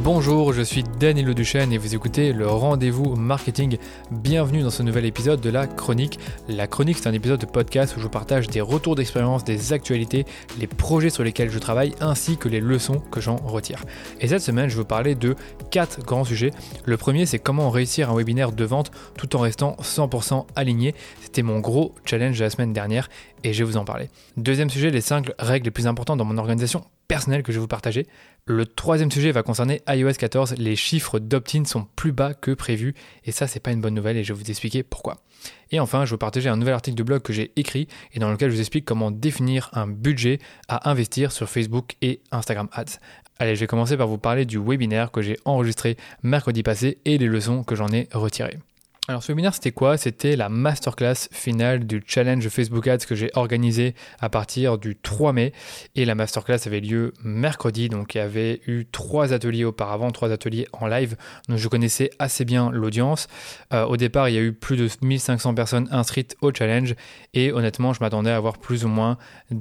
Bonjour, je suis Danilo Duchesne et vous écoutez le Rendez-vous Marketing. Bienvenue dans ce nouvel épisode de La Chronique. La Chronique, c'est un épisode de podcast où je partage des retours d'expérience, des actualités, les projets sur lesquels je travaille ainsi que les leçons que j'en retire. Et cette semaine, je vais vous parler de 4 grands sujets. Le premier, c'est comment réussir un webinaire de vente tout en restant 100% aligné. C'était mon gros challenge de la semaine dernière et je vais vous en parler. Deuxième sujet, les 5 règles les plus importantes dans mon organisation personnelle que je vais vous partager. Le troisième sujet va concerner iOS 14. Les chiffres d'opt-in sont plus bas que prévu et ça, c'est pas une bonne nouvelle et je vais vous expliquer pourquoi. Et enfin, je vais vous partager un nouvel article de blog que j'ai écrit et dans lequel je vous explique comment définir un budget à investir sur Facebook et Instagram Ads. Allez, je vais commencer par vous parler du webinaire que j'ai enregistré mercredi passé et les leçons que j'en ai retirées. Alors ce webinaire c'était quoi ? C'était la masterclass finale du challenge Facebook Ads que j'ai organisé à partir du 3 mai et la masterclass avait lieu mercredi, donc il y avait eu 3 ateliers auparavant, 3 ateliers en live, donc je connaissais assez bien l'audience. Au départ il y a eu plus de 1500 personnes inscrites au challenge et honnêtement je m'attendais à avoir plus ou moins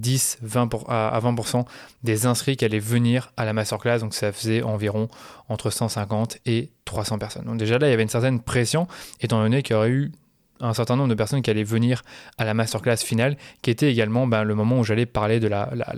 10-20% à 20% des inscrits qui allaient venir à la masterclass, donc ça faisait environ entre 150 et 300 personnes. Donc déjà là il y avait une certaine pression étant donné qu'il y aurait eu un certain nombre de personnes qui allaient venir à la masterclass finale, qui était également le moment où j'allais parler de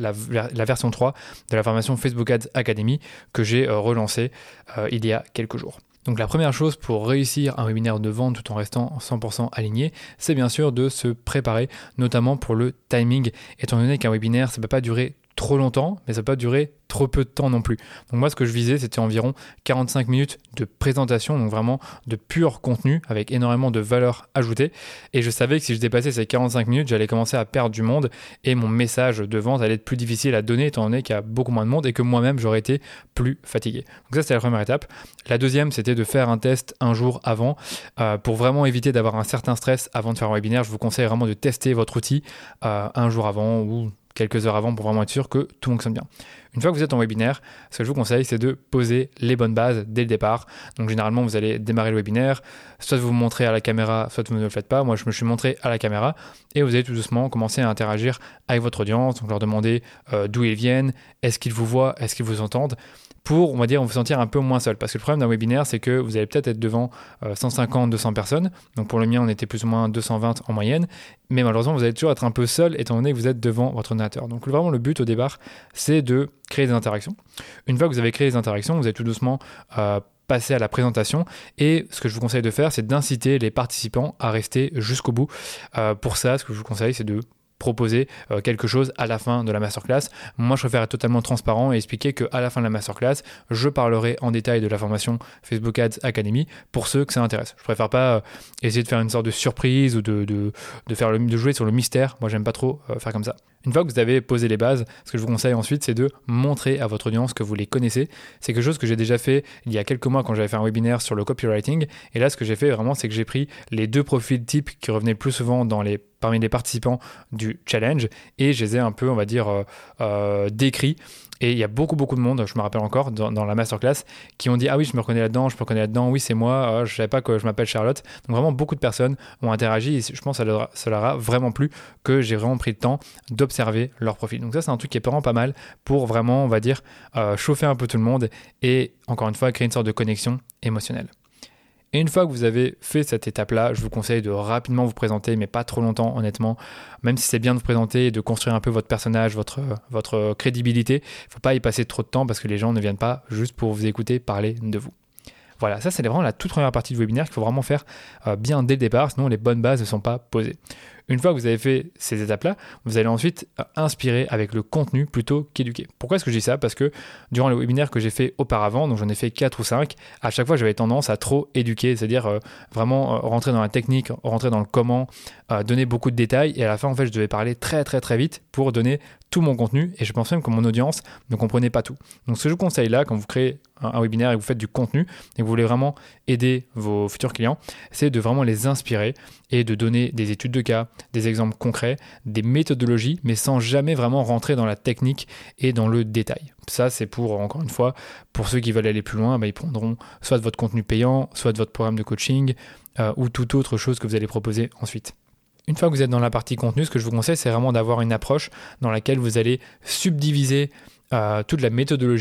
la version 3 de la formation Facebook Ads Academy que j'ai relancée il y a quelques jours. Donc la première chose pour réussir un webinaire de vente tout en restant 100% aligné, c'est bien sûr de se préparer, notamment pour le timing, étant donné qu'un webinaire, ça ne peut pas durer trop longtemps, mais ça ne peut pas durer trop peu de temps non plus. Donc moi, ce que je visais, c'était environ 45 minutes de présentation, donc vraiment de pur contenu avec énormément de valeur ajoutée. Et je savais que si je dépassais ces 45 minutes, j'allais commencer à perdre du monde et mon message de vente allait être plus difficile à donner étant donné qu'il y a beaucoup moins de monde et que moi-même, j'aurais été plus fatigué. Donc ça, c'était la première étape. La deuxième, c'était de faire un test un jour avant pour vraiment éviter d'avoir un certain stress avant de faire un webinaire. Je vous conseille vraiment de tester votre outil un jour avant ou quelques heures avant pour vraiment être sûr que tout fonctionne bien. Une fois que vous êtes en webinaire, ce que je vous conseille, c'est de poser les bonnes bases dès le départ. Donc généralement, vous allez démarrer le webinaire, soit vous vous montrez à la caméra, soit vous ne le faites pas. Moi, je me suis montré à la caméra et vous allez tout doucement commencer à interagir avec votre audience, donc leur demander d'où ils viennent, est-ce qu'ils vous voient, est-ce qu'ils vous entendent, pour, on va dire, vous sentir un peu moins seul. Parce que le problème d'un webinaire, c'est que vous allez peut-être être devant 150, 200 personnes. Donc pour le mien, on était plus ou moins 220 en moyenne. Mais malheureusement, vous allez toujours être un peu seul étant donné que vous êtes devant votre ordinateur. Donc vraiment, le but au départ, c'est de créer des interactions. Une fois que vous avez créé des interactions, vous allez tout doucement passer à la présentation. Et ce que je vous conseille de faire, c'est d'inciter les participants à rester jusqu'au bout. Pour ça, ce que je vous conseille, c'est de proposer quelque chose à la fin de la masterclass. Moi, je préfère être totalement transparent et expliquer qu'à la fin de la masterclass, je parlerai en détail de la formation Facebook Ads Academy pour ceux que ça intéresse. Je préfère pas essayer de faire une sorte de surprise ou de jouer sur le mystère. Moi, j'aime pas trop faire comme ça. Une fois que vous avez posé les bases, ce que je vous conseille ensuite, c'est de montrer à votre audience que vous les connaissez. C'est quelque chose que j'ai déjà fait il y a quelques mois quand j'avais fait un webinaire sur le copywriting. Et là, ce que j'ai fait vraiment, c'est que j'ai pris les 2 profils types qui revenaient le plus souvent parmi les participants du challenge et je les ai un peu, on va dire, décrits. Et il y a beaucoup de monde, je me rappelle encore, dans la masterclass, qui ont dit « Ah oui, je me reconnais là-dedans, oui, c'est moi, je ne savais pas que je m'appelle Charlotte. » Donc vraiment, beaucoup de personnes ont interagi et je pense que ça leur a vraiment plu que j'ai vraiment pris le temps d'observer leur profil. Donc ça, c'est un truc qui est vraiment pas mal pour vraiment, on va dire, chauffer un peu tout le monde et, encore une fois, créer une sorte de connexion émotionnelle. Et une fois que vous avez fait cette étape-là, je vous conseille de rapidement vous présenter, mais pas trop longtemps, honnêtement. Même si c'est bien de vous présenter et de construire un peu votre personnage, votre crédibilité, il ne faut pas y passer trop de temps parce que les gens ne viennent pas juste pour vous écouter parler de vous. Voilà, ça c'est vraiment la toute première partie du webinaire qu'il faut vraiment faire bien dès le départ, sinon les bonnes bases ne sont pas posées. Une fois que vous avez fait ces étapes-là, vous allez ensuite inspirer avec le contenu plutôt qu'éduquer. Pourquoi est-ce que je dis ça ? Parce que durant le webinaire que j'ai fait auparavant, donc j'en ai fait 4 ou 5, à chaque fois j'avais tendance à trop éduquer, c'est-à-dire vraiment rentrer dans la technique, rentrer dans le comment, donner beaucoup de détails et à la fin en fait je devais parler très vite pour donner tout mon contenu et je pense même que mon audience ne comprenait pas tout. Donc ce que je vous conseille là quand vous créez un webinaire et que vous faites du contenu et que vous voulez vraiment aider vos futurs clients, c'est de vraiment les inspirer et de donner des études de cas, des exemples concrets, des méthodologies, mais sans jamais vraiment rentrer dans la technique et dans le détail. Ça, c'est pour, encore une fois, pour ceux qui veulent aller plus loin, ils prendront soit de votre contenu payant, soit de votre programme de coaching ou toute autre chose que vous allez proposer ensuite. Une fois que vous êtes dans la partie contenu, ce que je vous conseille, c'est vraiment d'avoir une approche dans laquelle vous allez subdiviser toute la méthodologie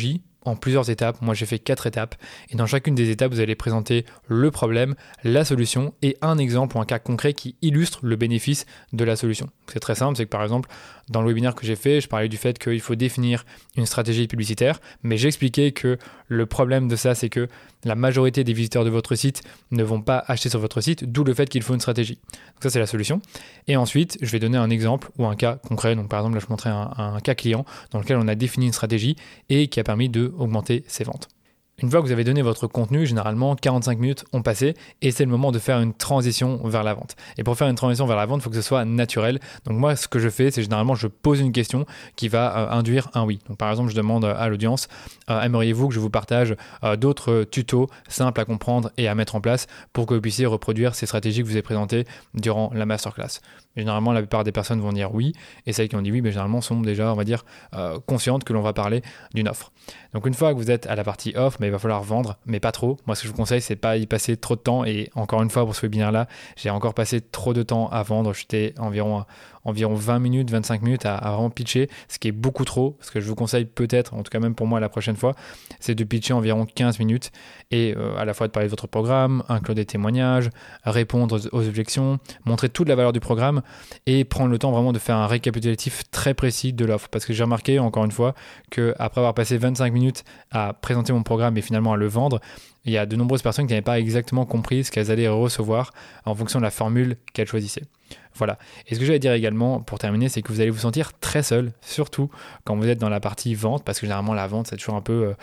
en plusieurs étapes. Moi, j'ai fait 4 étapes. Et dans chacune des étapes, vous allez présenter le problème, la solution et un exemple ou un cas concret qui illustre le bénéfice de la solution. C'est très simple, c'est que par exemple, dans le webinaire que j'ai fait, je parlais du fait qu'il faut définir une stratégie publicitaire, mais j'expliquais que le problème de ça, c'est que la majorité des visiteurs de votre site ne vont pas acheter sur votre site, d'où le fait qu'il faut une stratégie. Donc ça, c'est la solution. Et ensuite, je vais donner un exemple ou un cas concret. Donc par exemple, là, je montrais un cas client dans lequel on a défini une stratégie et qui a permis d'augmenter ses ventes. Une fois que vous avez donné votre contenu, généralement 45 minutes ont passé et c'est le moment de faire une transition vers la vente. Et pour faire une transition vers la vente, il faut que ce soit naturel. Donc moi, ce que je fais, c'est généralement je pose une question qui va induire un oui. Donc par exemple, je demande à l'audience, aimeriez-vous que je vous partage d'autres tutos simples à comprendre et à mettre en place pour que vous puissiez reproduire ces stratégies que je vous ai présentées durant la masterclass. Généralement, la plupart des personnes vont dire oui, et celles qui ont dit oui, généralement sont déjà, on va dire, conscientes que l'on va parler d'une offre. Donc une fois que vous êtes à la partie offre, il va falloir vendre, mais pas trop. Moi, ce que je vous conseille, c'est pas y passer trop de temps. Et encore une fois, pour ce webinaire-là, j'ai encore passé trop de temps à vendre. J'étais environ 20 minutes, 25 minutes à vraiment pitcher, ce qui est beaucoup trop. Ce que je vous conseille peut-être, en tout cas même pour moi la prochaine fois, c'est de pitcher environ 15 minutes et à la fois de parler de votre programme, inclure des témoignages, répondre aux objections, montrer toute la valeur du programme et prendre le temps vraiment de faire un récapitulatif très précis de l'offre. Parce que j'ai remarqué, encore une fois, qu'après avoir passé 25 minutes à présenter mon programme et finalement à le vendre, il y a de nombreuses personnes qui n'avaient pas exactement compris ce qu'elles allaient recevoir en fonction de la formule qu'elles choisissaient. Voilà. Et ce que j'allais dire également pour terminer, c'est que vous allez vous sentir très seul, surtout quand vous êtes dans la partie vente, parce que généralement la vente c'est toujours un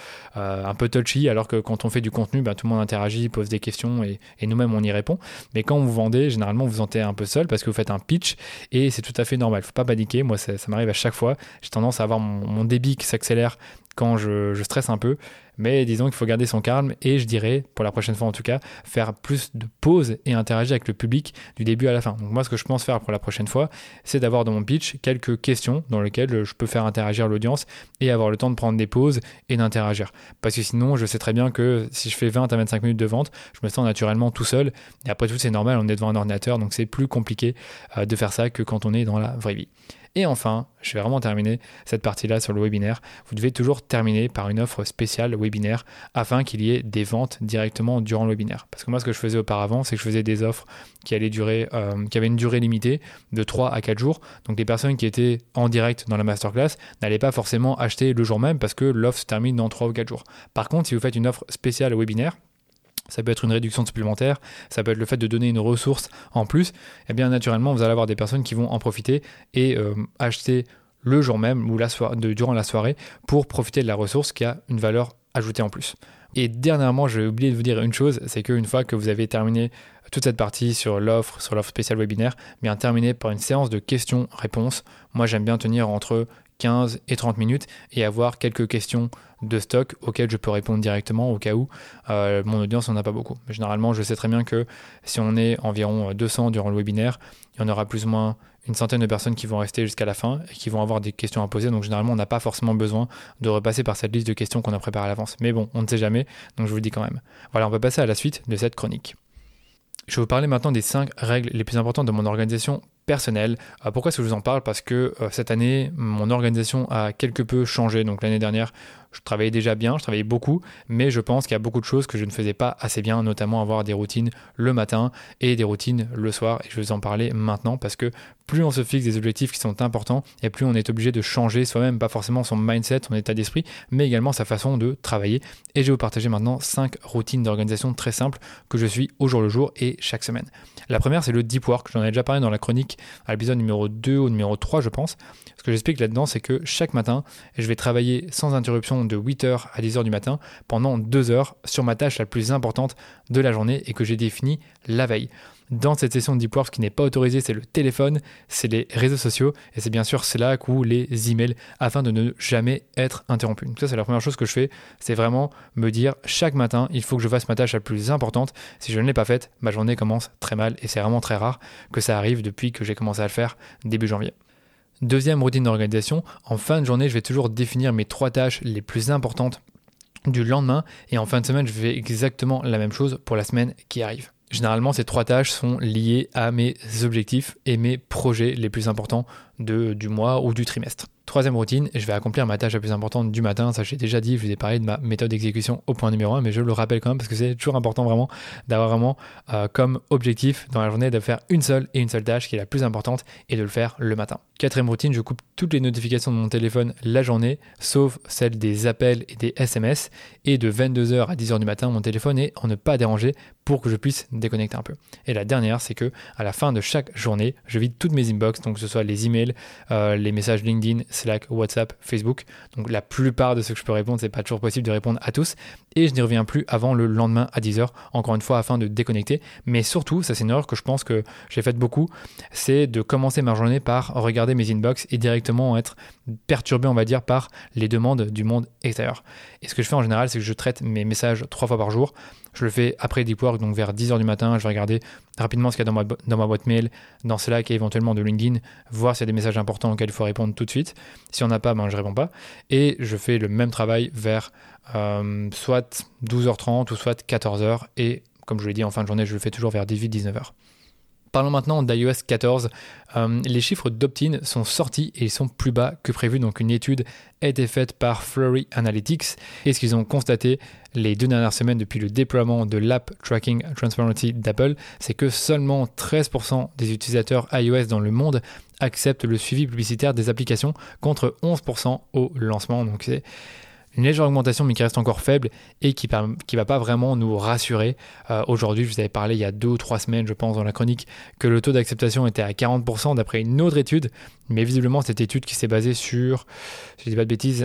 peu touchy, alors que quand on fait du contenu, tout le monde interagit, pose des questions et nous-mêmes on y répond. Mais quand vous vendez, généralement vous vous sentez un peu seul parce que vous faites un pitch et c'est tout à fait normal. Il ne faut pas paniquer. Moi ça m'arrive à chaque fois. J'ai tendance à avoir mon débit qui s'accélère quand je stresse un peu, mais disons qu'il faut garder son calme et je dirais, pour la prochaine fois en tout cas, faire plus de pauses et interagir avec le public du début à la fin. Donc moi, ce que je pense faire pour la prochaine fois, c'est d'avoir dans mon pitch quelques questions dans lesquelles je peux faire interagir l'audience et avoir le temps de prendre des pauses et d'interagir. Parce que sinon, je sais très bien que si je fais 20 à 25 minutes de vente, je me sens naturellement tout seul et après tout, c'est normal, on est devant un ordinateur, donc c'est plus compliqué de faire ça que quand on est dans la vraie vie. Et enfin, je vais vraiment terminer cette partie-là sur le webinaire. Vous devez toujours terminer par une offre spéciale webinaire afin qu'il y ait des ventes directement durant le webinaire. Parce que moi, ce que je faisais auparavant, c'est que je faisais des offres qui allaient durer, qui avaient une durée limitée de 3 à 4 jours. Donc les personnes qui étaient en direct dans la masterclass n'allaient pas forcément acheter le jour même parce que l'offre se termine dans 3 ou 4 jours. Par contre, si vous faites une offre spéciale webinaire, ça peut être une réduction supplémentaire, ça peut être le fait de donner une ressource en plus, et bien naturellement vous allez avoir des personnes qui vont en profiter et acheter le jour même ou durant la soirée pour profiter de la ressource qui a une valeur ajoutée en plus. Et dernièrement, j'ai oublié de vous dire une chose, c'est qu'une fois que vous avez terminé toute cette partie sur l'offre spéciale webinaire, bien terminer par une séance de questions-réponses. Moi j'aime bien tenir entre 15 et 30 minutes et avoir quelques questions de stock auxquelles je peux répondre directement au cas où mon audience n'en a pas beaucoup. Mais généralement, je sais très bien que si on est environ 200 durant le webinaire, il y en aura plus ou moins une centaine de personnes qui vont rester jusqu'à la fin et qui vont avoir des questions à poser. Donc généralement, on n'a pas forcément besoin de repasser par cette liste de questions qu'on a préparée à l'avance. Mais bon, on ne sait jamais, donc je vous le dis quand même. Voilà, on va passer à la suite de cette chronique. Je vais vous parler maintenant des 5 règles les plus importantes de mon organisation personnelle. Pourquoi est-ce que je vous en parle ? Parce que cette année, mon organisation a quelque peu changé. Donc l'année dernière, je travaillais déjà bien, je travaillais beaucoup, mais je pense qu'il y a beaucoup de choses que je ne faisais pas assez bien, notamment avoir des routines le matin et des routines le soir. Et je vais vous en parler maintenant parce que plus on se fixe des objectifs qui sont importants et plus on est obligé de changer soi-même, pas forcément son mindset, son état d'esprit, mais également sa façon de travailler. Et je vais vous partager maintenant 5 routines d'organisation très simples que je suis au jour le jour et chaque semaine. La première, c'est le deep work. J'en ai déjà parlé dans la chronique à l'épisode numéro 2 ou numéro 3, je pense. Ce que j'explique là-dedans, c'est que chaque matin, je vais travailler sans interruption de 8h à 10h du matin pendant 2 heures sur ma tâche la plus importante de la journée et que j'ai définie la veille. Dans cette session de deep work, ce qui n'est pas autorisé, c'est le téléphone, c'est les réseaux sociaux et c'est bien sûr Slack ou les emails afin de ne jamais être interrompu. Donc ça, c'est la première chose que je fais, c'est vraiment me dire chaque matin, il faut que je fasse ma tâche la plus importante. Si je ne l'ai pas faite, ma journée commence très mal et c'est vraiment très rare que ça arrive depuis que j'ai commencé à le faire début janvier. Deuxième routine d'organisation, en fin de journée, je vais toujours définir mes 3 tâches les plus importantes du lendemain et en fin de semaine, je fais exactement la même chose pour la semaine qui arrive. Généralement, ces 3 tâches sont liées à mes objectifs et mes projets les plus importants du mois ou du trimestre. Troisième routine, je vais accomplir ma tâche la plus importante du matin. Ça, j'ai déjà dit, je vous ai parlé de ma méthode d'exécution au point numéro 1, mais je le rappelle quand même parce que c'est toujours important vraiment d'avoir vraiment comme objectif dans la journée de faire une seule tâche qui est la plus importante et de le faire le matin. Quatrième routine, je coupe toutes les notifications de mon téléphone la journée, sauf celles des appels et des SMS. Et de 22h à 10h du matin, mon téléphone est en ne pas déranger pour que je puisse déconnecter un peu. Et la dernière, c'est que à la fin de chaque journée, je vide toutes mes inbox, donc que ce soit les emails, les messages LinkedIn, Slack, WhatsApp, Facebook. Donc la plupart de ce que je peux répondre, c'est pas toujours possible de répondre à tous. Et je n'y reviens plus avant le lendemain à 10h, encore une fois afin de déconnecter. Mais surtout, ça c'est une erreur que je pense que j'ai faite beaucoup, c'est de commencer ma journée par regarder mes inbox et directement être perturbé, on va dire, par les demandes du monde extérieur. Et ce que je fais en général, c'est que je traite mes messages 3 fois par jour. Je le fais après deep work, donc vers 10h du matin, je vais regarder rapidement ce qu'il y a dans ma boîte mail, dans Slack et éventuellement de LinkedIn, voir s'il y a des messages importants auxquels il faut répondre tout de suite. Si on n'a pas, je ne réponds pas. Et je fais le même travail vers soit 12h30 ou soit 14h. Et comme je l'ai dit, en fin de journée, je le fais toujours vers 18-19h. Parlons maintenant d'iOS 14. Les chiffres d'opt-in sont sortis et ils sont plus bas que prévu. Donc une étude a été faite par Flurry Analytics et ce qu'ils ont constaté les 2 dernières semaines depuis le déploiement de l'App Tracking Transparency d'Apple, c'est que seulement 13% des utilisateurs iOS dans le monde acceptent le suivi publicitaire des applications contre 11% au lancement. Donc c'est une légère augmentation mais qui reste encore faible et qui va pas vraiment nous rassurer. Aujourd'hui, je vous avais parlé il y a 2 ou 3 semaines, je pense, dans la chronique, que le taux d'acceptation était à 40% d'après une autre étude, mais visiblement cette étude qui s'est basée sur, si je dis pas de bêtises,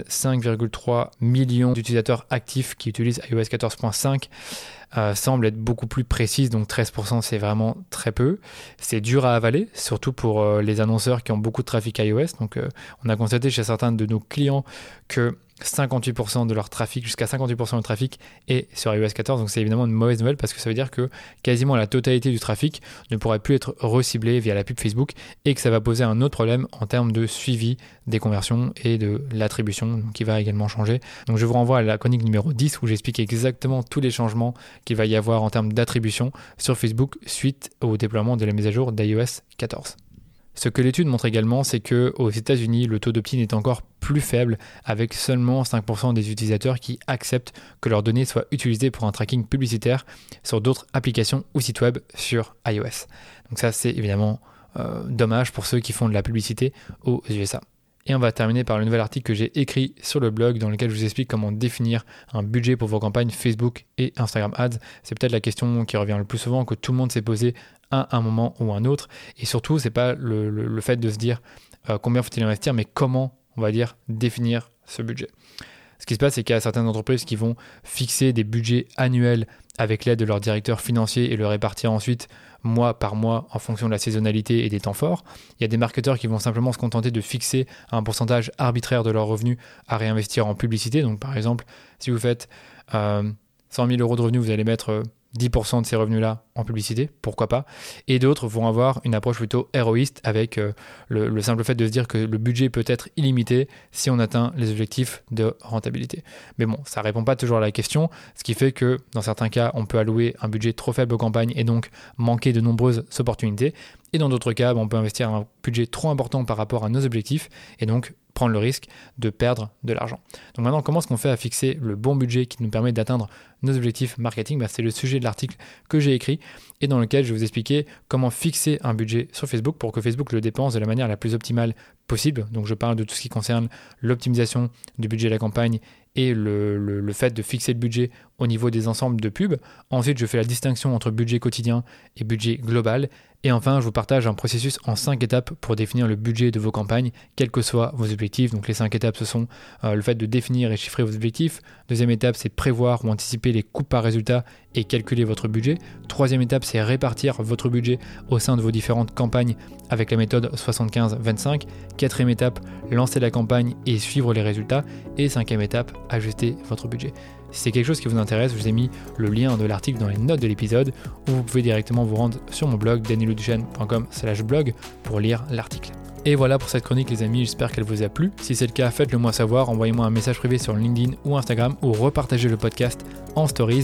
5,3 millions d'utilisateurs actifs qui utilisent iOS 14.5 semble être beaucoup plus précise, donc 13% c'est vraiment très peu. C'est dur à avaler, surtout pour les annonceurs qui ont beaucoup de trafic iOS. Donc on a constaté chez certains de nos clients que 58% de leur trafic, jusqu'à 58% de trafic est sur iOS 14, donc c'est évidemment une mauvaise nouvelle parce que ça veut dire que quasiment la totalité du trafic ne pourrait plus être reciblé via la pub Facebook et que ça va poser un autre problème en termes de suivi des conversions et de l'attribution qui va également changer. Donc je vous renvoie à la chronique numéro 10 où j'explique exactement tous les changements qu'il va y avoir en termes d'attribution sur Facebook suite au déploiement de la mise à jour d'iOS 14. Ce que l'étude montre également, c'est qu'aux États-Unis, le taux d'opt-in est encore plus faible, avec seulement 5% des utilisateurs qui acceptent que leurs données soient utilisées pour un tracking publicitaire sur d'autres applications ou sites web sur iOS. Donc ça, c'est évidemment dommage pour ceux qui font de la publicité aux USA. Et on va terminer par le nouvel article que j'ai écrit sur le blog dans lequel je vous explique comment définir un budget pour vos campagnes Facebook et Instagram Ads. C'est peut-être la question qui revient le plus souvent, que tout le monde s'est posé à un moment ou un autre. Et surtout, c'est pas le fait de se dire combien faut-il investir, mais comment, on va dire, définir ce budget. Ce qui se passe, c'est qu'il y a certaines entreprises qui vont fixer des budgets annuels avec l'aide de leur directeur financier et le répartir ensuite mois par mois en fonction de la saisonnalité et des temps forts. Il y a des marketeurs qui vont simplement se contenter de fixer un pourcentage arbitraire de leurs revenus à réinvestir en publicité. Donc par exemple, si vous faites 100 000 euros de revenus, vous allez mettre 10% de ces revenus-là en publicité, pourquoi pas. Et d'autres vont avoir une approche plutôt héroïste avec le simple fait de se dire que le budget peut être illimité si on atteint les objectifs de rentabilité. Mais bon, ça ne répond pas toujours à la question, ce qui fait que dans certains cas, on peut allouer un budget trop faible aux campagnes et donc manquer de nombreuses opportunités. Et dans d'autres cas, on peut investir un budget trop important par rapport à nos objectifs et donc prendre le risque de perdre de l'argent. Donc maintenant, comment est-ce qu'on fait à fixer le bon budget qui nous permet d'atteindre nos objectifs marketing ? C'est le sujet de l'article que j'ai écrit et dans lequel je vais vous expliquer comment fixer un budget sur Facebook pour que Facebook le dépense de la manière la plus optimale possible. Donc je parle de tout ce qui concerne l'optimisation du budget de la campagne et le fait de fixer le budget au niveau des ensembles de pubs. Ensuite, je fais la distinction entre budget quotidien et budget global. Et enfin, je vous partage un processus en 5 étapes pour définir le budget de vos campagnes, quels que soient vos objectifs. Donc les 5 étapes, ce sont le fait de définir et chiffrer vos objectifs. Deuxième étape, c'est prévoir ou anticiper les coûts par résultat et calculer votre budget. Troisième étape, c'est répartir votre budget au sein de vos différentes campagnes avec la méthode 75-25. Quatrième étape, lancer la campagne et suivre les résultats. Et cinquième étape, ajuster votre budget. Si c'est quelque chose qui vous intéresse, je vous ai mis le lien de l'article dans les notes de l'épisode où vous pouvez directement vous rendre sur mon blog danielleduchesne.com/blog pour lire l'article. Et voilà pour cette chronique les amis, j'espère qu'elle vous a plu. Si c'est le cas, faites-le moi savoir, envoyez-moi un message privé sur LinkedIn ou Instagram ou repartagez le podcast en stories.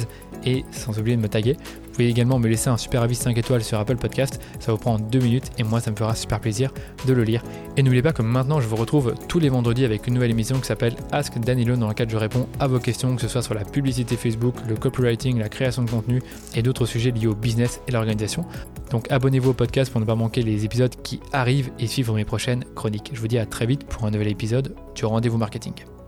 et sans oublier de me taguer. Vous pouvez également me laisser un super avis 5 étoiles sur Apple Podcast, ça vous prend 2 minutes et moi ça me fera super plaisir de le lire. Et n'oubliez pas que maintenant je vous retrouve tous les vendredis avec une nouvelle émission qui s'appelle Ask Danilo, dans laquelle je réponds à vos questions, que ce soit sur la publicité Facebook, le copywriting, la création de contenu et d'autres sujets liés au business et l'organisation. Donc abonnez-vous au podcast pour ne pas manquer les épisodes qui arrivent et suivre mes prochaines chroniques. Je vous dis à très vite pour un nouvel épisode du Rendez-vous Marketing.